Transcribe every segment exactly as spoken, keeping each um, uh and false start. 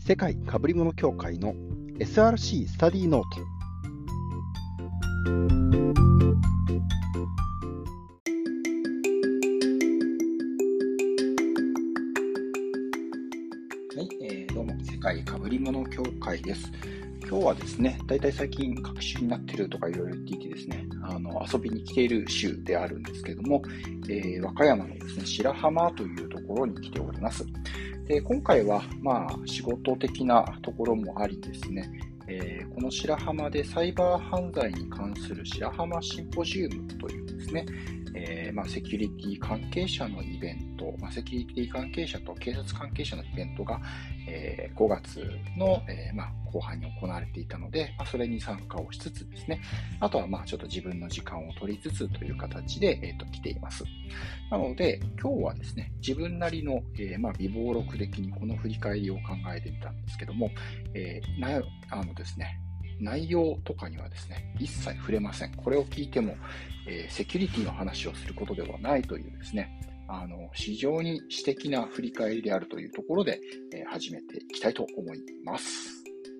世界かぶり物協会の エスアールシー スタディノート。はい、えー、どうも世界かぶり物協会です。今日はですね、だいたい最近隔週になっているとかいろいろ言っていてですね、あの遊びに来ている週であるんですけども、えー、和歌山のですね、白浜というところに来ております。で今回はまあ仕事的なところもありですね、えー、この白浜でサイバー犯罪に関する白浜シンポジウムというですね、えーまあ、セキュリティ関係者のイベント、まあ、セキュリティ関係者と警察関係者のイベントが、えー、ごがつの、えーまあ、後半に行われていたので、まあ、それに参加をしつつですね、あとはまあちょっと自分の時間を取りつつという形で、えー、と来ています。なので今日はですね、自分なりの、えーまあ、備忘録的にこの振り返りを考えてみたんですけども、えー、なあのですね内容とかにはですね、一切触れません。これを聞いても、えー、セキュリティの話をすることではないというですね、あの非常に私的な振り返りであるというところで、えー、始めていきたいと思います。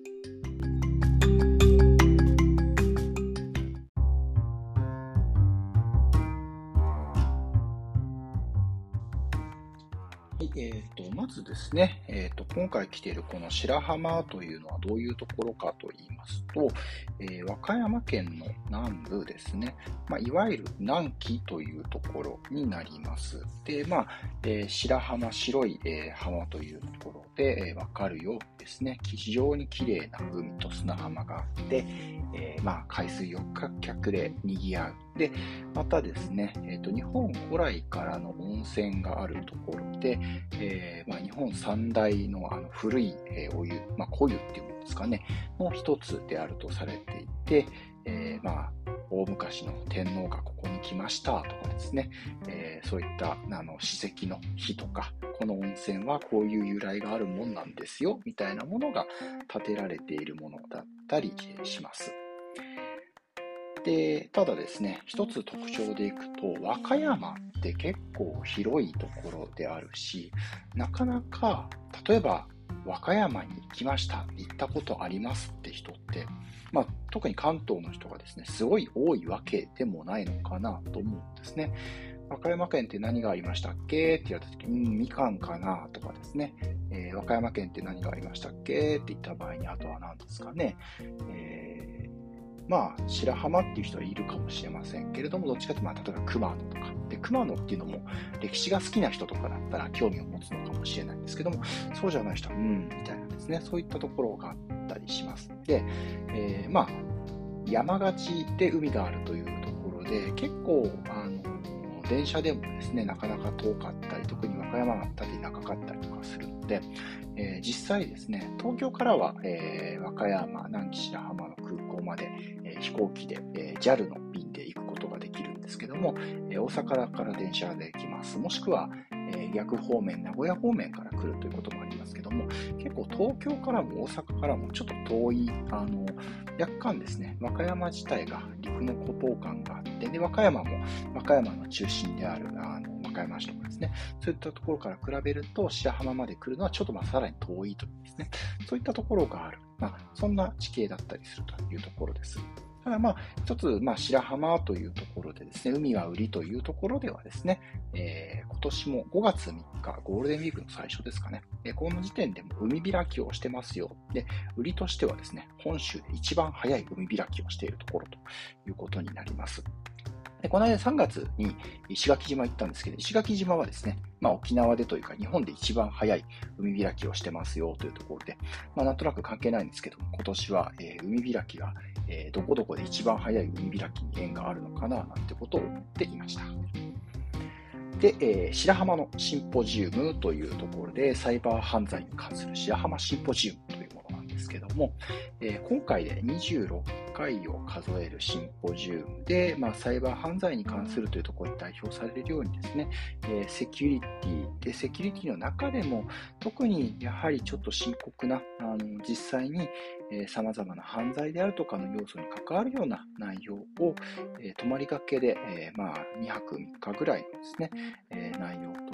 はい、えーと、まずですね、えーと、今回来ているこの白浜というのはどういうところかと言いますと、えー、和歌山県の南部ですね、まあ、いわゆる南紀というところになります。で、まあ、えー、白浜、白い、えー、浜というところで、えー、わかるようにですね、非常に綺麗な海と砂浜があって、えー、まあ、海水浴客で賑わう。で、またですね、えーと、日本古来からの温泉があるところで、えーまあ、日本三大の、あの古い、えー、お湯、まあ、古湯っていうんですかね、の一つであるとされていて、えー、まあ、大昔の天皇がここに来ましたとかですね、えー、そういったあの史跡の碑とか、この温泉はこういう由来があるもんなんですよ、みたいなものが建てられているものだったりします。で、ただですね、一つ特徴でいくと、和歌山って結構広いところであるし、なかなか、例えば、和歌山に行きました、行ったことありますって人って、まあ、特に関東の人がですね、すごい多いわけでもないのかなと思うんですね。和歌山県って何がありましたっけって言われた時に、うん、みかんかなとかですね、えー、和歌山県って何がありましたっけって言った場合に、あとは何ですかね、えーまあ、白浜っていう人はいるかもしれませんけれども、どっちかというと、まあ、例えば熊野とか。で、熊野っていうのも、歴史が好きな人とかだったら興味を持つのかもしれないんですけども、そうじゃない人は、うん、みたいなですね、そういったところがあったりします。で、えー、まあ、山がちで海があるというところで、結構、あの、電車でもですね、なかなか遠かったり、特に和歌山だったり長かったりとかするので、えー、実際ですね、東京からは、えー、和歌山、南紀白浜の空港まで、えー、飛行機で、えー、ジャル の便で行くことができるんですけども、えー、大阪から電車で来ます。もしくは、えー、逆方面、名古屋方面から来るということもありますけども、結構東京からも大阪からもちょっと遠い、あの、若干ですね、和歌山自体が陸の孤島感があって、で、和歌山も和歌山の中心である、あの、和歌山市とかですね、そういったところから比べると白浜まで来るのはちょっとまあさらに遠いというですね、そういったところがある、まあ、そんな地形だったりするというところです。ただまあ、一つ、まあ、白浜というところでですね、海が売りというところではですね、えー、今年もごがつみっか、ゴールデンウィークの最初ですかね、えー、この時点でも海開きをしてますよ。で、売りとしてはですね、本州で一番早い海開きをしているところということになります。でこの間さんがつに石垣島行ったんですけど、石垣島はですね、まあ、沖縄でというか日本で一番早い海開きをしてますよというところで、まあ、なんとなく関係ないんですけども、今年は、えー、海開きが、えー、どこどこで一番早い海開きに縁があるのかななんてことを思っていました。で、えー、白浜のシンポジウムというところで、サイバー犯罪に関する白浜シンポジウムというものなんですけども、えー、今回でにじゅうろっかいを数えるシンポジウムで、まあ、サイバー犯罪に関するというところに代表されるようにですね、えー、セキュリティで、セキュリティの中でも特にやはりちょっと深刻な、あの実際に、えー、様々な犯罪であるとかの要素に関わるような内容を、えー、泊まりがけで、えー、まあにはくみっかぐらいのですね、えー、内容と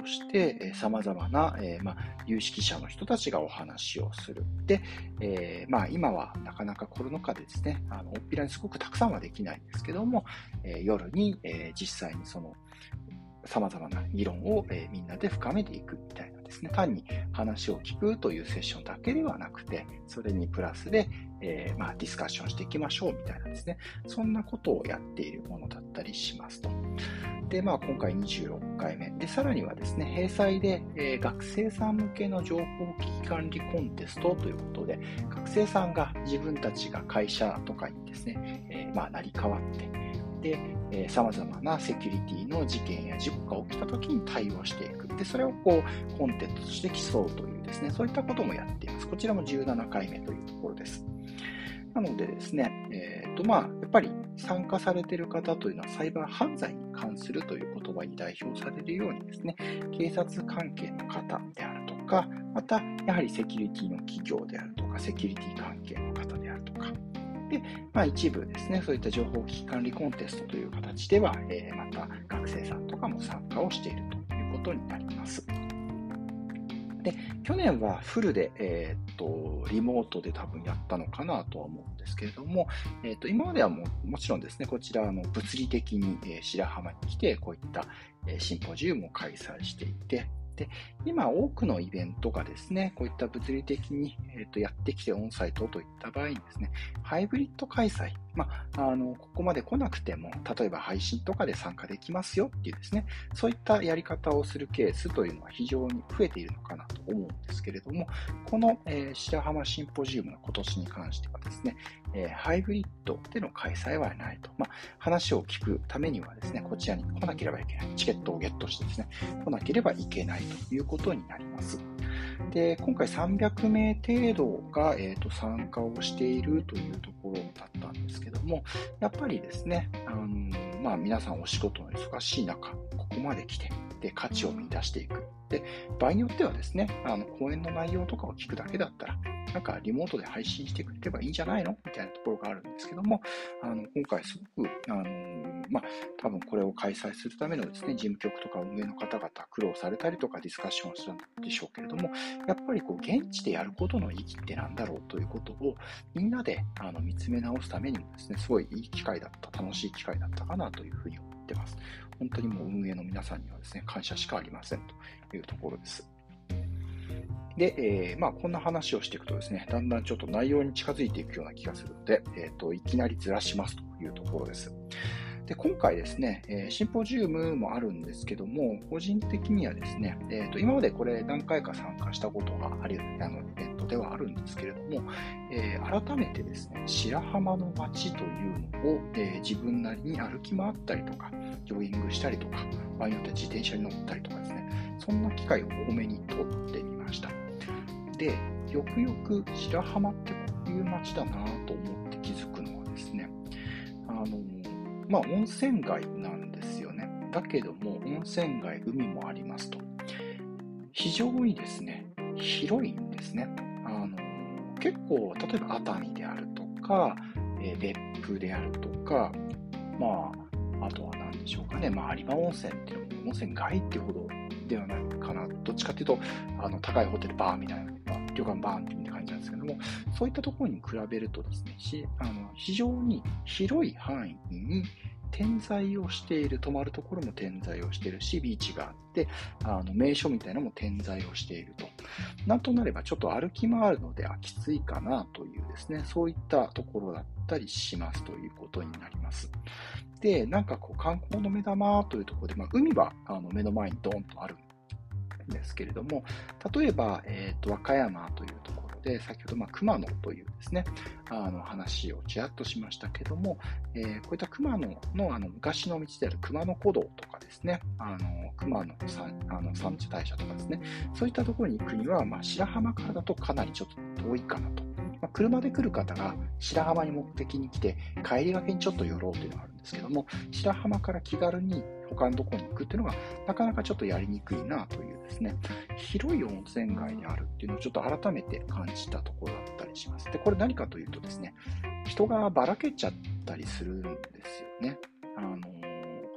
して、さまざまな、えーまあ、有識者の人たちがお話をする。で、えーまあ、今はなかなかコロナ禍でですね、あの、おっぴらにすごくたくさんはできないんですけども、えー、夜に、えー、実際にその、様々な議論を、えー、みんなで深めていくみたいなですね、単に話を聞くというセッションだけではなくて、それにプラスで、えーまあ、ディスカッションしていきましょうみたいなですね、そんなことをやっているものだったりしますと。で、まあ、今回にじゅうろっかいめ。で、さらにはですね、閉鎖で、えー、学生さん向けの情報危機管理コンテストということで、学生さんが自分たちが会社とかにですね、えー、まあ、成り代わって、で、えー、様々なセキュリティの事件や事故が起きた時に対応していく。で、それをこう、コンテンツとして競うというですね、そういったこともやっています。こちらもじゅうななかいめというところです。なのでですね、えっと、まあ、やっぱり参加されている方というのはサイバー犯罪に関するという言葉に代表されるようにですね、警察関係の方であるとか、また、やはりセキュリティの企業であるとか、セキュリティ関係の方であるとか、で、まあ、一部ですね、そういった情報危機管理コンテストという形では、えー、また学生さんとかも参加をしているということになります。で、去年はフルで、えー、っと、リモートで多分やったのかなとは思うんですけれども、えー、っと、今まではももちろんですね、こちらの物理的に、えー、白浜に来て、こういった、えー、シンポジウムを開催していて、で、今多くのイベントがですね、こういった物理的に、えー、とやってきてオンサイトといった場合にですね、ハイブリッド開催、まあ、あの、ここまで来なくても、例えば配信とかで参加できますよっていうですね、そういったやり方をするケースというのは非常に増えているのかなと思うんですけれども、この、えー、白浜シンポジウムの今年に関してはですね、えー、ハイブリッドでの開催はないと。まあ、話を聞くためにはですね、こちらに来なければいけない。チケットをゲットしてですね、来なければいけないということになります。で、今回さんびゃくめい程度が、えーと、参加をしているというところだったんですけども、やっぱりですね、あのまあ、皆さんお仕事の忙しい中、ここまで来て、で、価値を見出していく。で、場合によってはですね、あの、講演の内容とかを聞くだけだったら、なんかリモートで配信してくれればいいんじゃないのみたいなところがあるんですけども、あの、今回すごく、あの、まあ、多分これを開催するためのですね、事務局とか運営の方々苦労されたりとかディスカッションをするんでしょうけれども、やっぱりこう、現地でやることの意義ってなんだろうということをみんなであの見つめ直すためにもですね、すごいいい機会だった、楽しい機会だったかなというふうに思ってます。本当にもう運営の皆さんにはですね、感謝しかありませんというところです。で、えー、まあこんな話をしていくとですね、だんだんちょっと内容に近づいていくような気がするので、えっと、いきなりずらしますというところです。で、今回ですね、えー、シンポジウムもあるんですけども、個人的にはですね、えーと、今までこれ何回か参加したことがあるあのイベントではあるんですけれども、えー、改めてですね、白浜の街というのを、えー、自分なりに歩き回ったりとか、ジョギングしたりとか、場合によっては自転車に乗ったりとかですね、そんな機会を多めに取ってみました。で、よくよく白浜ってこういう街だなと思って気づくのはですね、あのまあ温泉街なんですよね。だけども温泉街、海もありますと。非常にですね、広いんですね。あの結構、例えば熱海であるとか、えー、別府であるとか、まあ、あとは何でしょうかね、まあ、有馬温泉っていうのも温泉街っていうほどではないかな。どっちかっていうと、あの高いホテルバーみたいな、旅館バーみたいな感じなんですけども、そういったところに比べるとですね、あの非常に広い範囲に点在をしている、泊まるところも点在をしているし、ビーチがあって、あの名所みたいなのも点在をしていると。なんとなればちょっと歩き回るのではきついかなというですね、そういったところだったりしますということになります。で、なんかこう観光の目玉というところで、まあ、海はあの目の前にドーンとあるんですけれども、例えば、えーと、和歌山というところで、先ほど、まあ、熊野というですね、あの話をちらっとしましたけども、えー、こういった熊野の、あの昔の道である熊野古道とかですね、あの熊野三あの三地大社とかですね、そういったところに行くには、まあ、白浜からだとかなりちょっと遠いかなと。まあ、車で来る方が白浜に目的に来て、帰りがけにちょっと寄ろうというのがあるんですけども、白浜から気軽に他のところに行くっていうのがなかなかちょっとやりにくいなというですね、広い温泉街にあるっていうのをちょっと改めて感じたところだったりします。で、これ何かというとですね、人がばらけちゃったりするんですよね。あのー、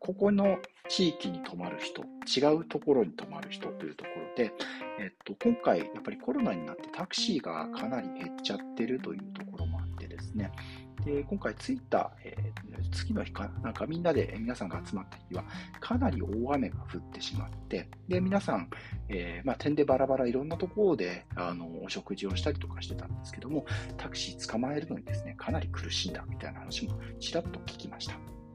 ここの地域に泊まる人、違うところに泊まる人というところで、えっと、今回やっぱりコロナになってタクシーがかなり減っちゃってるというところもあってですね、で今回着いた、えー、次の日かなんかみんなで皆さんが集まった日はかなり大雨が降ってしまって、で皆さん、えーまあ、点でバラバラいろんなところであのお食事をしたりとかしてたんですけども、タクシー捕まえるのにですねかなり苦しんだみたいな話もちらっと聞きました。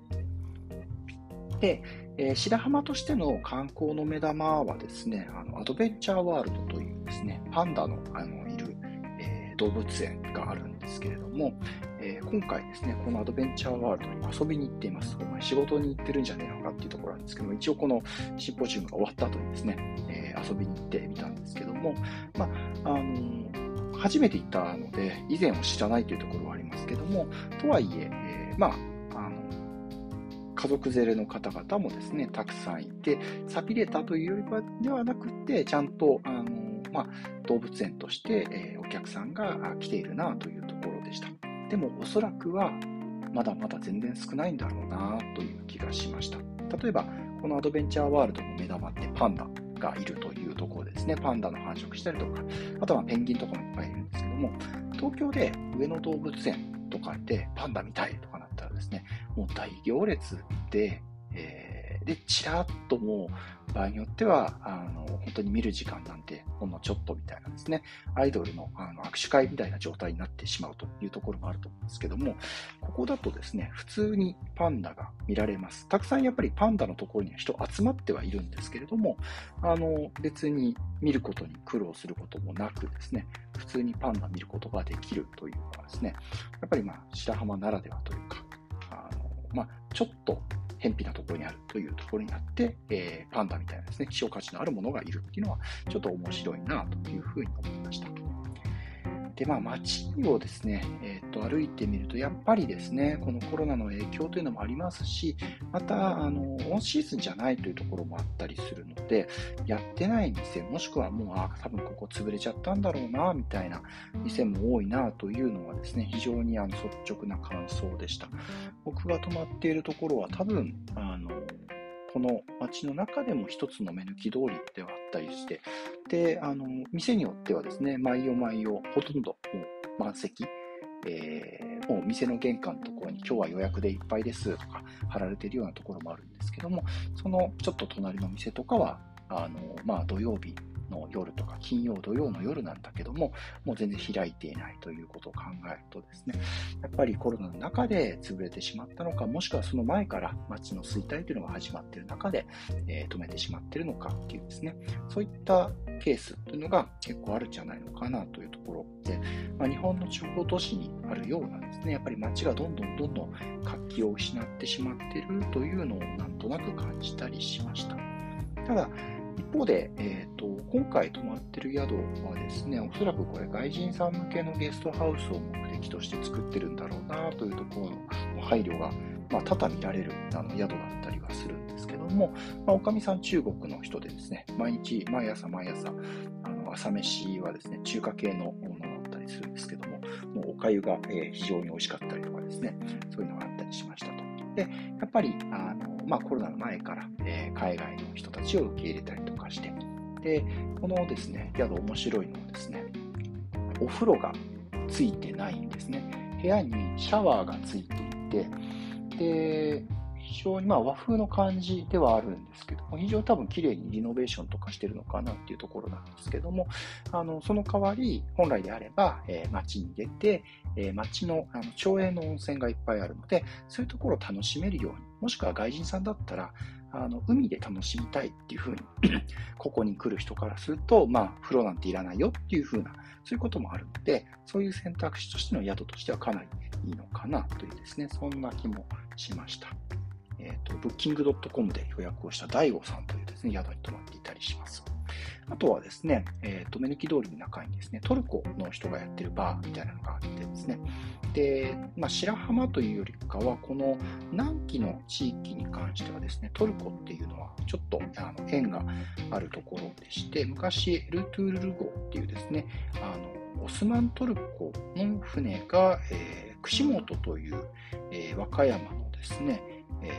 で、えー、白浜としての観光の目玉はですね、あのアドベンチャーワールドというですねパンダの、あのいる、えー、動物園があるんですけれども、えー、今回ですねこのアドベンチャーワールドに遊びに行っています。お前仕事に行ってるんじゃねえのかっていうところなんですけども、一応このシンポジウムが終わった後にですね、えー、遊びに行ってみたんですけども、まああのー、初めて行ったので以前を知らないというところはありますけども、とはいええー、まあ家族連れの方々もですねたくさんいて、寂れたというよりはではなくて、ちゃんとあの、まあ、動物園として、えー、お客さんが来ているなというところでした。でもおそらくはまだまだ全然少ないんだろうなという気がしました。例えばこのアドベンチャーワールドの目玉ってパンダがいるというところですね。パンダの繁殖したりとか、あとはペンギンとかもいっぱいいるんですけども、東京で上野動物園とかでパンダ見たいとかなったらですね、もう大行列で、えー、で、ちらっともう場合によっては、あの、本当に見る時間なんてほんのちょっとみたいなですね、アイドルの、あの握手会みたいな状態になってしまうというところもあると思うんですけども、ここだとですね、普通にパンダが見られます。たくさんやっぱりパンダのところには人集まってはいるんですけれども、あの、別に見ることに苦労することもなくですね、普通にパンダ見ることができるというのはですね、やっぱりまあ白浜ならではというか、あのまあ、ちょっと偏僻なところにあるというところにあって、えー、パンダみたいなですね、希少価値のあるものがいるっていうのはちょっと面白いなというふうに思いました。で、まあ、街をですね、えー、と歩いてみると、やっぱりですね、このコロナの影響というのもありますし、また、あの、オンシーズンじゃないというところもあったりするので、やってない店、もしくはもう、あ、多分ここ潰れちゃったんだろうな、みたいな店も多いな、というのはですね、非常にあの率直な感想でした。僕が泊まっているところは多分、あの、この街の中でも一つの目抜き通りではあったりして、で、あの、店によってはですね、毎夜毎夜、ほとんどもう満席、えー、もう店の玄関のところに今日は予約でいっぱいですとか貼られているようなところもあるんですけども、そのちょっと隣の店とかは、あの、まあ土曜日の夜とか金曜土曜の夜なんだけども、もう全然開いていないということを考えるとですね、やっぱりコロナの中で潰れてしまったのか、もしくはその前から街の衰退というのが始まっている中で、えー、止めてしまっているのかっていうですね、そういったケースというのが結構あるんじゃないのかなというところで、まあ、日本の地方都市にあるようなですね、やっぱり街がどんどんどんどん活気を失ってしまっているというのをなんとなく感じたりしました。ただ一方で、えーと、今回泊まってる宿はですね、おそらくこれ外人さん向けのゲストハウスを目的として作ってるんだろうなというところの配慮が、まあ、多々見られるあの宿だったりはするんですけども、まあ、おかみさん中国の人でですね、毎日、毎朝毎朝、あの朝飯はですね、中華系のものだったりするんですけども、もうお粥が、えー、非常に美味しかったりとかですね、そういうのがあったりしましたと。で、やっぱり、あの、まあ、コロナの前から、えー、海外の人たちを受け入れたりとかして、で、このですね、宿面白いのはですね、お風呂がついてないんですね。部屋にシャワーがついていて、で、非常にまあ和風の感じではあるんですけども、非常に多分綺麗にリノベーションとかしてるのかなっていうところなんですけども、あのその代わり本来であれば、えー、街に出て、えー、街の、あの町営の温泉がいっぱいあるので、そういうところを楽しめるように、もしくは外人さんだったらあの海で楽しみたいっていう風にここに来る人からすると、まあ風呂なんていらないよっていう風な、そういうこともあるので、そういう選択肢としての宿としてはかなりいいのかなというですね、そんな気もしました。えーと、ブッキングドットコム で予約をした大悟さんというですね、宿に泊まっていたりします。あとはですね、えーと、目抜き通りの中にですね、トルコの人がやってるバーみたいなのがあってですね、で、まあ、白浜というよりかは、この南紀の地域に関してはですね、トルコっていうのはちょっとあの縁があるところでして、昔、ルトゥールル号っていうですね、あのオスマントルコの船が、えー、串本という、えー、和歌山のですね、え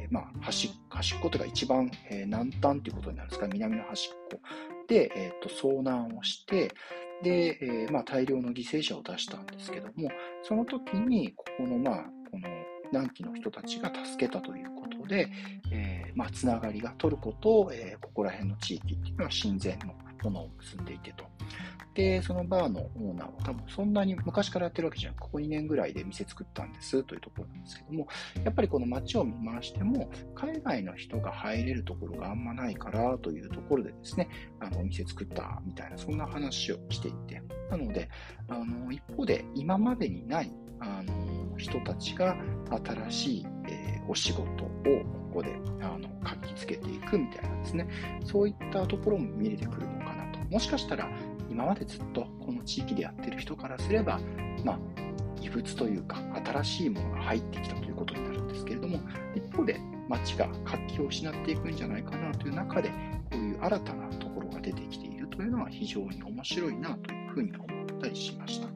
ーまあ、端端っこというか一番、えー南端ということになるんですか、南の端っこで、えーと遭難をして、で、えーまあ、大量の犠牲者を出したんですけども、その時に、ここの、まあ、この南紀の人たちが助けたということで、えーまあ、つながりがトルコと、えーここら辺の地域っていうのは親善のものを結んでいてと。で、そのバーのオーナーは多分そんなに昔からやってるわけじゃなく、ここにねんぐらいで店作ったんですというところなんですけども、やっぱりこの街を見回しても、海外の人が入れるところがあんまないからというところでですね、あの、お店作ったみたいな、そんな話をしていて、なので、あの、一方で今までにない、あの、人たちが新しい、えーお仕事をここで、あの、活気づけていくみたいなですね、そういったところも見れてくるのかなと。もしかしたら、今までずっとこの地域でやってる人からすれば、まあ、異物というか、新しいものが入ってきたということになるんですけれども、一方で街が活気を失っていくんじゃないかなという中で、こういう新たなところが出てきているというのは非常に面白いなというふうに思ったりしました。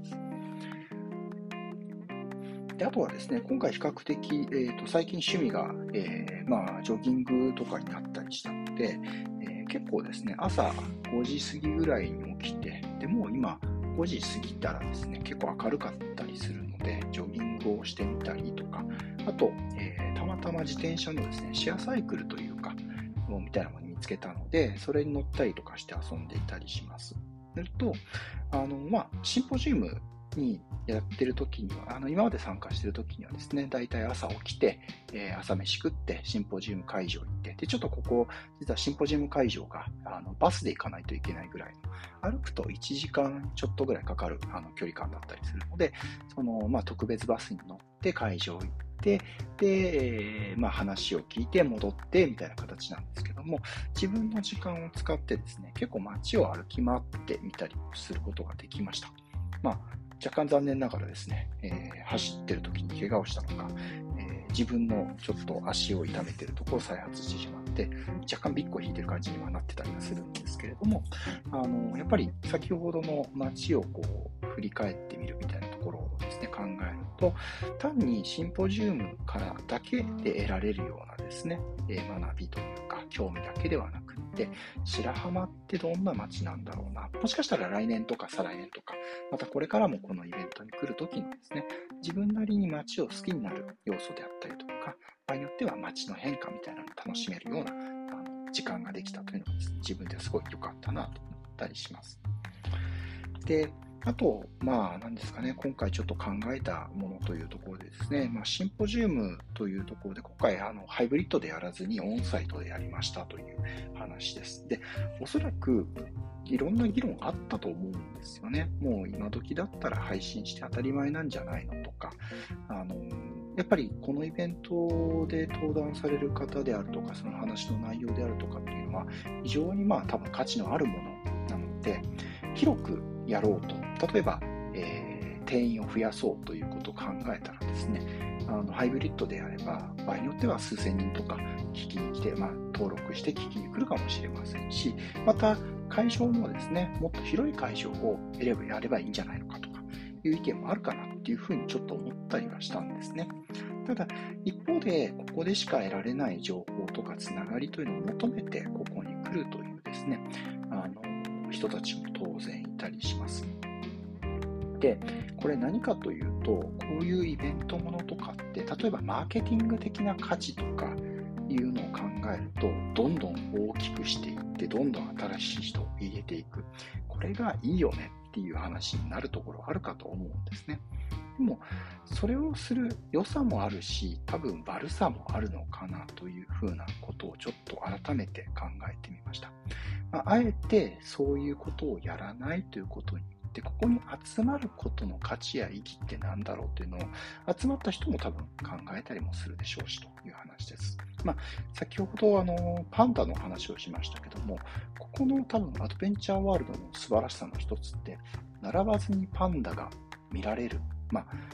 であとはですね、今回比較的、えーと、最近趣味が、えーまあ、ジョギングとかになったりしたので、えー結構ですね、朝ごじ過ぎぐらいに起きて、でもう今ごじ過ぎたらですね、結構明るかったりするので、ジョギングをしてみたりとか、あと、えーたまたま自転車のですね、シェアサイクルというか、みたいなものを見つけたので、それに乗ったりとかして遊んでいたりします。すると、あの、まあ、シンポジウムにやってる時には、あの、今まで参加してる時にはですね、だいたい朝起きて、えー朝飯食って、シンポジウム会場行って、で、ちょっとここ、実はシンポジウム会場が、あの、バスで行かないといけないぐらいの、歩くといちじかんちょっとぐらいかかる、あの、距離感だったりするので、その、まあ、特別バスに乗って会場行って、で、えーまあ、話を聞いて戻ってみたいな形なんですけども、自分の時間を使ってですね、結構街を歩き回ってみたりすることができました。まあ、若干残念ながらですね、えー走ってる時に怪我をしたのか、えー自分のちょっと足を痛めてるところを再発してしまって、若干ビッコ引いてる感じにはなってたりはするんですけれども、あの、やっぱり先ほどの街をこう、振り返ってみるみたいなところをですね、考えると、単にシンポジウムからだけで得られるようなですね、えー学びというか、興味だけではなくって、白浜ってどんな街なんだろうな。もしかしたら来年とか再来年とか、またこれからもこのイベントに来るときにですね、自分なりに街を好きになる要素であったりとか、場合によっては街の変化みたいなのを楽しめるようなあの時間ができたというのがですね、自分ではすごい良かったなと思ったりします。で、あと、まあ、なんですかね、今回ちょっと考えたものというところでですね、まあ、シンポジウムというところで、今回、あの、ハイブリッドでやらずにオンサイトでやりましたという話です。で、おそらく、いろんな議論あったと思うんですよね。もう今時だったら配信して当たり前なんじゃないのとか、あの、やっぱりこのイベントで登壇される方であるとか、その話の内容であるとかっていうのは、非常にまあ多分価値のあるものなので、広くやろうと。例えば、えー、定員を増やそうということを考えたらですね、あのハイブリッドであれば、場合によっては数千人とか聞きに来て、まあ、登録して聞きに来るかもしれませんし、また会場もですね、もっと広い会場を選べやればいいんじゃないのかとかいう意見もあるかなっていうふうにちょっと思ったりはしたんですね。ただ、一方で、ここでしか得られない情報とかつながりというのを求めてここに来るというですね、あの人たちも当然いたりします。で、これ何かというと、こういうイベントものとかって、例えばマーケティング的な価値とかいうのを考えると、どんどん大きくしていって、どんどん新しい人を入れていく。これがいいよねっていう話になるところあるかと思うんですね。でも、それをする良さもあるし、多分悪さもあるのかなというふうなことをちょっと改めて考えてみました。まあ、あえてそういうことをやらないということにで、ここに集まることの価値や意義って何だろうというのを集まった人も多分考えたりもするでしょうしという話です。まあ、先ほどあのパンダの話をしましたけども、ここの多分アドベンチャーワールドの素晴らしさの一つって、並ばずにパンダが見られる。まあ、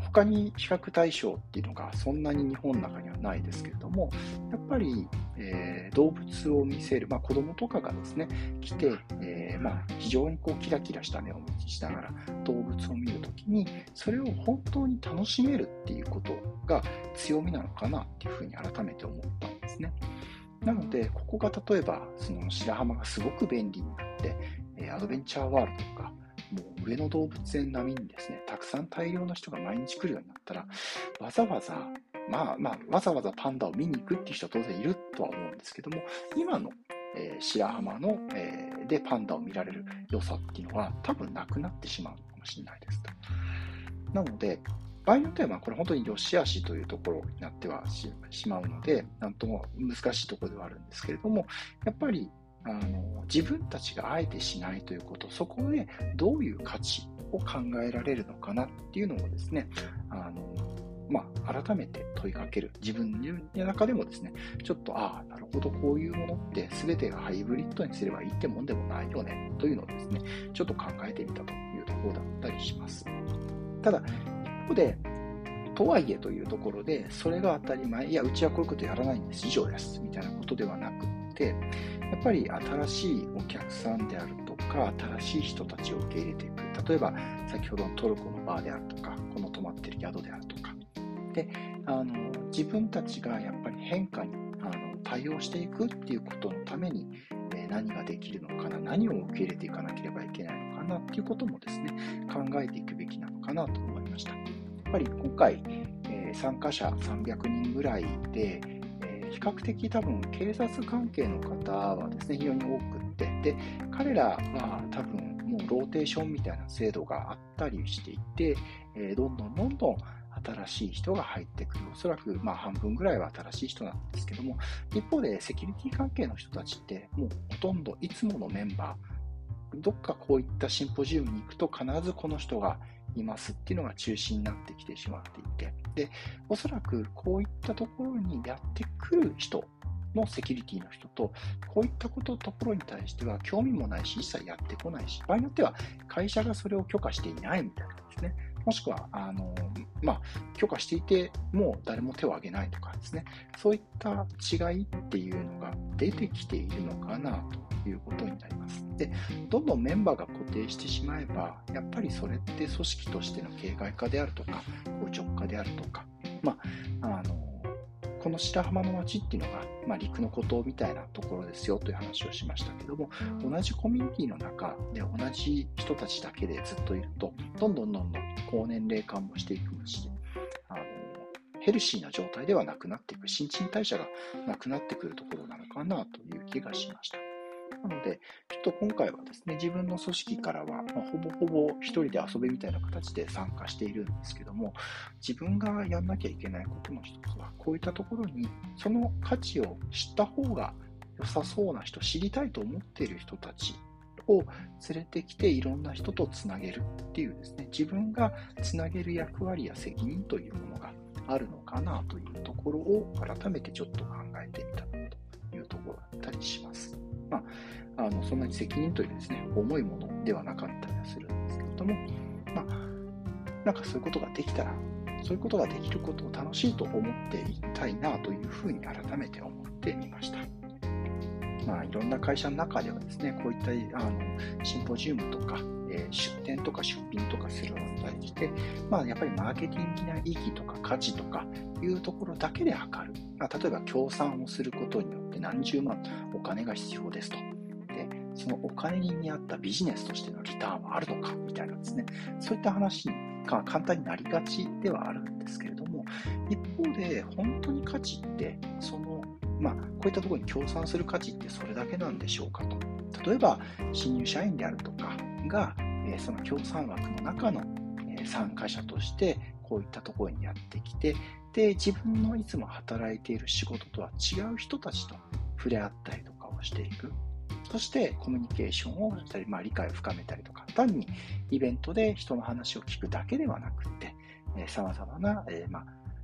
他に比較対象っていうのがそんなに日本の中にはないですけれども、やっぱり、えー、動物を見せる、まあ、子供とかがですね、来て、えーまあ、非常にこうキラキラした目をしながら動物を見るときに、それを本当に楽しめるっていうことが強みなのかなっていうふうに改めて思ったんですね。なので、ここが例えば、その白浜がすごく便利になって、えー、アドベンチャーワールドとか、もう上野動物園並みにですね、たくさん大量の人が毎日来るようになったら、わざわざ、まあまあ、わざわざパンダを見に行くっていう人は当然いるとは思うんですけども、今の、えー、白浜の、えー、でパンダを見られる良さっていうのは多分なくなってしまうのかもしれないですと。なので、場合によっては、まあこれ本当に良し悪しというところになっては し, しまうので、なんとも難しいところではあるんですけれども、やっぱりあの自分たちがあえてしないということ、そこでどういう価値を考えられるのかなっていうのをですね、あのまあ、改めて問いかける。自分の中でもですね、ちょっと、ああ、なるほど、こういうものって全てがハイブリッドにすればいいってもんでもないよね、というのをですね、ちょっと考えてみたというところだったりします。ただ、一方で、とはいえというところで、それが当たり前、いや、うちはこういうことやらないんです、以上です、みたいなことではなくって、やっぱり新しいお客さんであるとか、新しい人たちを受け入れていく。例えば、先ほどのトルコのバーであるとか、この泊まっている宿であるとか、であの自分たちがやっぱり変化にあの対応していくっていうことのために、えー、何ができるのかな、何を受け入れていかなければいけないのかなっていうこともですね、考えていくべきなのかなと思いました。やっぱり今回、えー、参加者さんびゃくにんぐらいで、えー、比較的多分警察関係の方はですね、非常に多くって、で彼らは多分もうローテーションみたいな制度があったりしていて、えー、どんどんどんどん新しい人が入ってくる。おそらくまあ半分ぐらいは新しい人なんですけども、一方でセキュリティ関係の人たちってもうほとんどいつものメンバー、どっかこういったシンポジウムに行くと必ずこの人がいますっていうのが中心になってきてしまっていて、で、おそらくこういったところにやってくる人のセキュリティの人と、こういったことところに対しては興味もないし、一切やってこないし、場合によっては会社がそれを許可していないみたいなですね。もしくは、あの、まあ、許可していてもう誰も手を挙げないとかですね。そういった違いっていうのが出てきているのかなということになります。で、どんどんメンバーが固定してしまえば、やっぱりそれって組織としての形骸化であるとか、硬直化であるとか、まあ、あの、この白浜の町っていうのが、まあ、陸の孤島みたいなところですよという話をしましたけども、同じコミュニティの中で同じ人たちだけでずっといると、どんどんどんどん高年齢化もしていくし、あのヘルシーな状態ではなくなっていく、新陳代謝がなくなってくるところなのかなという気がしました。なので、ちょっと今回はですね、自分の組織からは、まあ、ほぼほぼ一人で遊べみたいな形で参加しているんですけども、自分がやんなきゃいけないことの一つは、こういったところにその価値を知った方が良さそうな人、知りたいと思っている人たちを連れてきていろんな人とつなげるっていうですね、自分がつなげる役割や責任というものがあるのかなというところを改めてちょっと考えてみたというところだったりします。まあ、あのそんなに責任というですね、重いものではなかったりはするんですけれども、まあ、なんかそういうことができたら、そういうことができることを楽しいと思っていたいなというふうに改めて思ってみました。まあ、いろんな会社の中ではですね、こういったあのシンポジウムとか、えー、出展とか出品とかするのに対して、まあ、やっぱりマーケティングな意義とか価値とかいうところだけで測る。まあ、例えば協賛をすることによって何十万お金が必要ですと。で、そのお金に見合ったビジネスとしてのリターンはあるのかみたいなですね、そういった話が簡単になりがちではあるんですけれども、一方で本当に価値ってそのまあ、こういったところに協賛する価値ってそれだけなんでしょうかと。例えば、新入社員であるとかが、えー、その協賛枠の中の、えー、参加者として、こういったところにやってきて、で、自分のいつも働いている仕事とは違う人たちと触れ合ったりとかをしていく。そして、コミュニケーションをしたり、まあ、理解を深めたりとか、単にイベントで人の話を聞くだけではなくて、えー、様々な、えーまあ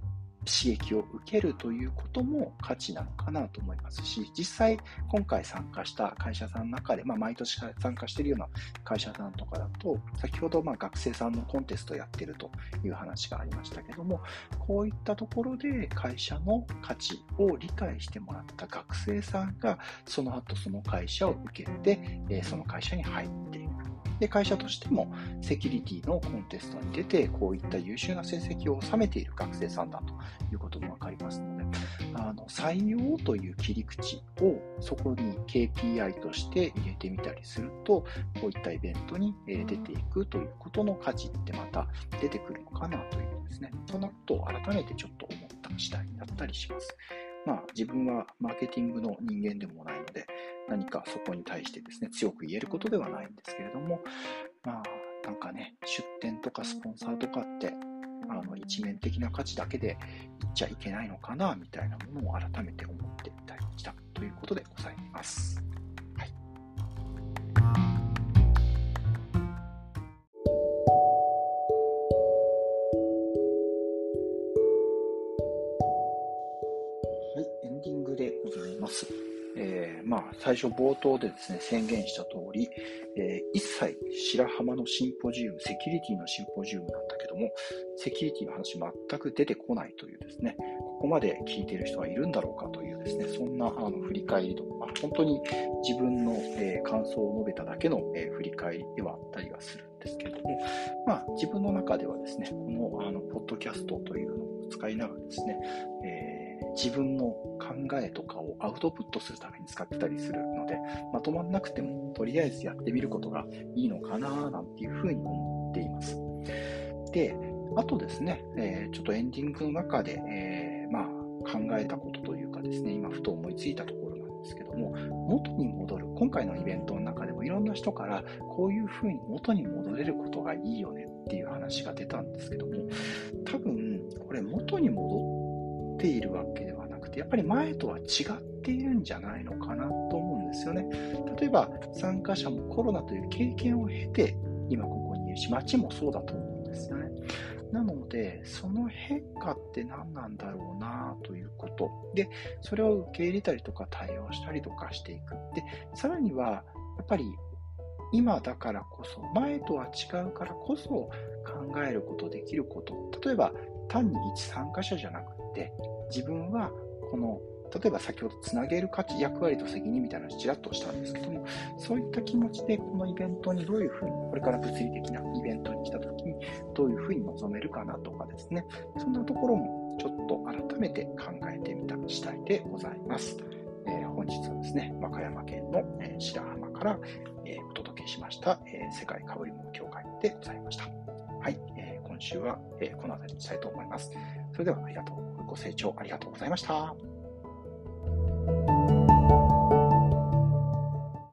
刺激を受けるということも価値なのかなと思いますし、実際今回参加した会社さんの中で、まあ、毎年参加しているような会社さんとかだと、先ほどまあ学生さんのコンテストをやっているという話がありましたけども、こういったところで会社の価値を理解してもらった学生さんがその後その会社を受けて、その会社に入っていく。で、会社としてもセキュリティのコンテストに出て、こういった優秀な成績を収めている学生さんだということもわかりますので、あの採用という切り口をそこに ケーピーアイ として入れてみたりすると、こういったイベントに出ていくということの価値ってまた出てくるのかなというですね、そんなことを改めてちょっと思った次第だったりします。まあ、自分はマーケティングの人間でもないので、何かそこに対してですね、強く言えることではないんですけれども、まあ、なんかね、出店とかスポンサーとかって、あの、一面的な価値だけで言っちゃいけないのかな、みたいなものを改めて思ってみたりしたということでございます。はい。はい、エンディングでございます。えー、まあ、最初冒頭でですね、宣言した通り、えー、一切白浜のシンポジウム、セキュリティのシンポジウムなんだけども、セキュリティの話全く出てこないというですね、ここまで聞いている人はいるんだろうかというですね、そんなあの振り返りと、まあ、本当に自分の、えー、感想を述べただけの、えー、振り返りではあったりはするんですけれども、まあ、自分の中ではですね、この、あのポッドキャストというのを使いながらですね、えー自分の考えとかをアウトプットするために使ってたりするので、まとまんなくてもとりあえずやってみることがいいのかななんていうふうに思っています。で、あとですね、えー、ちょっとエンディングの中で、えー、まあ考えたことというかですね、今ふと思いついたところなんですけども、元に戻る、今回のイベントの中でもいろんな人からこういうふうに元に戻れることがいいよねっていう話が出たんですけども、多分これ元に戻ってているわけではなくて、やっぱり前とは違っているんじゃないのかなと思うんですよね。例えば参加者もコロナという経験を経て今ここにいるし、街もそうだと思うんですよね。なのでその変化って何なんだろうなということで、それを受け入れたりとか対応したりとかしていく。で、さらにはやっぱり今だからこそ、前とは違うからこそ考えること、できること、例えば単に一参加者じゃなくて、自分はこの、例えば先ほどつなげる価値、役割と責任みたいなのをちらっとしたんですけども、そういった気持ちでこのイベントにどういうふうに、これから物理的なイベントに来た時にどういうふうに臨めるかなとかですね、そんなところもちょっと改めて考えてみた次第でございます。えー、本日はですね、和歌山県の、えー、白浜から、えー、お届けしました、えー、世界かぶり物協会でございました。はい、えー、今週は、えー、この辺りにしたいと思います。それではありがとう。ご清聴ありがとうございました。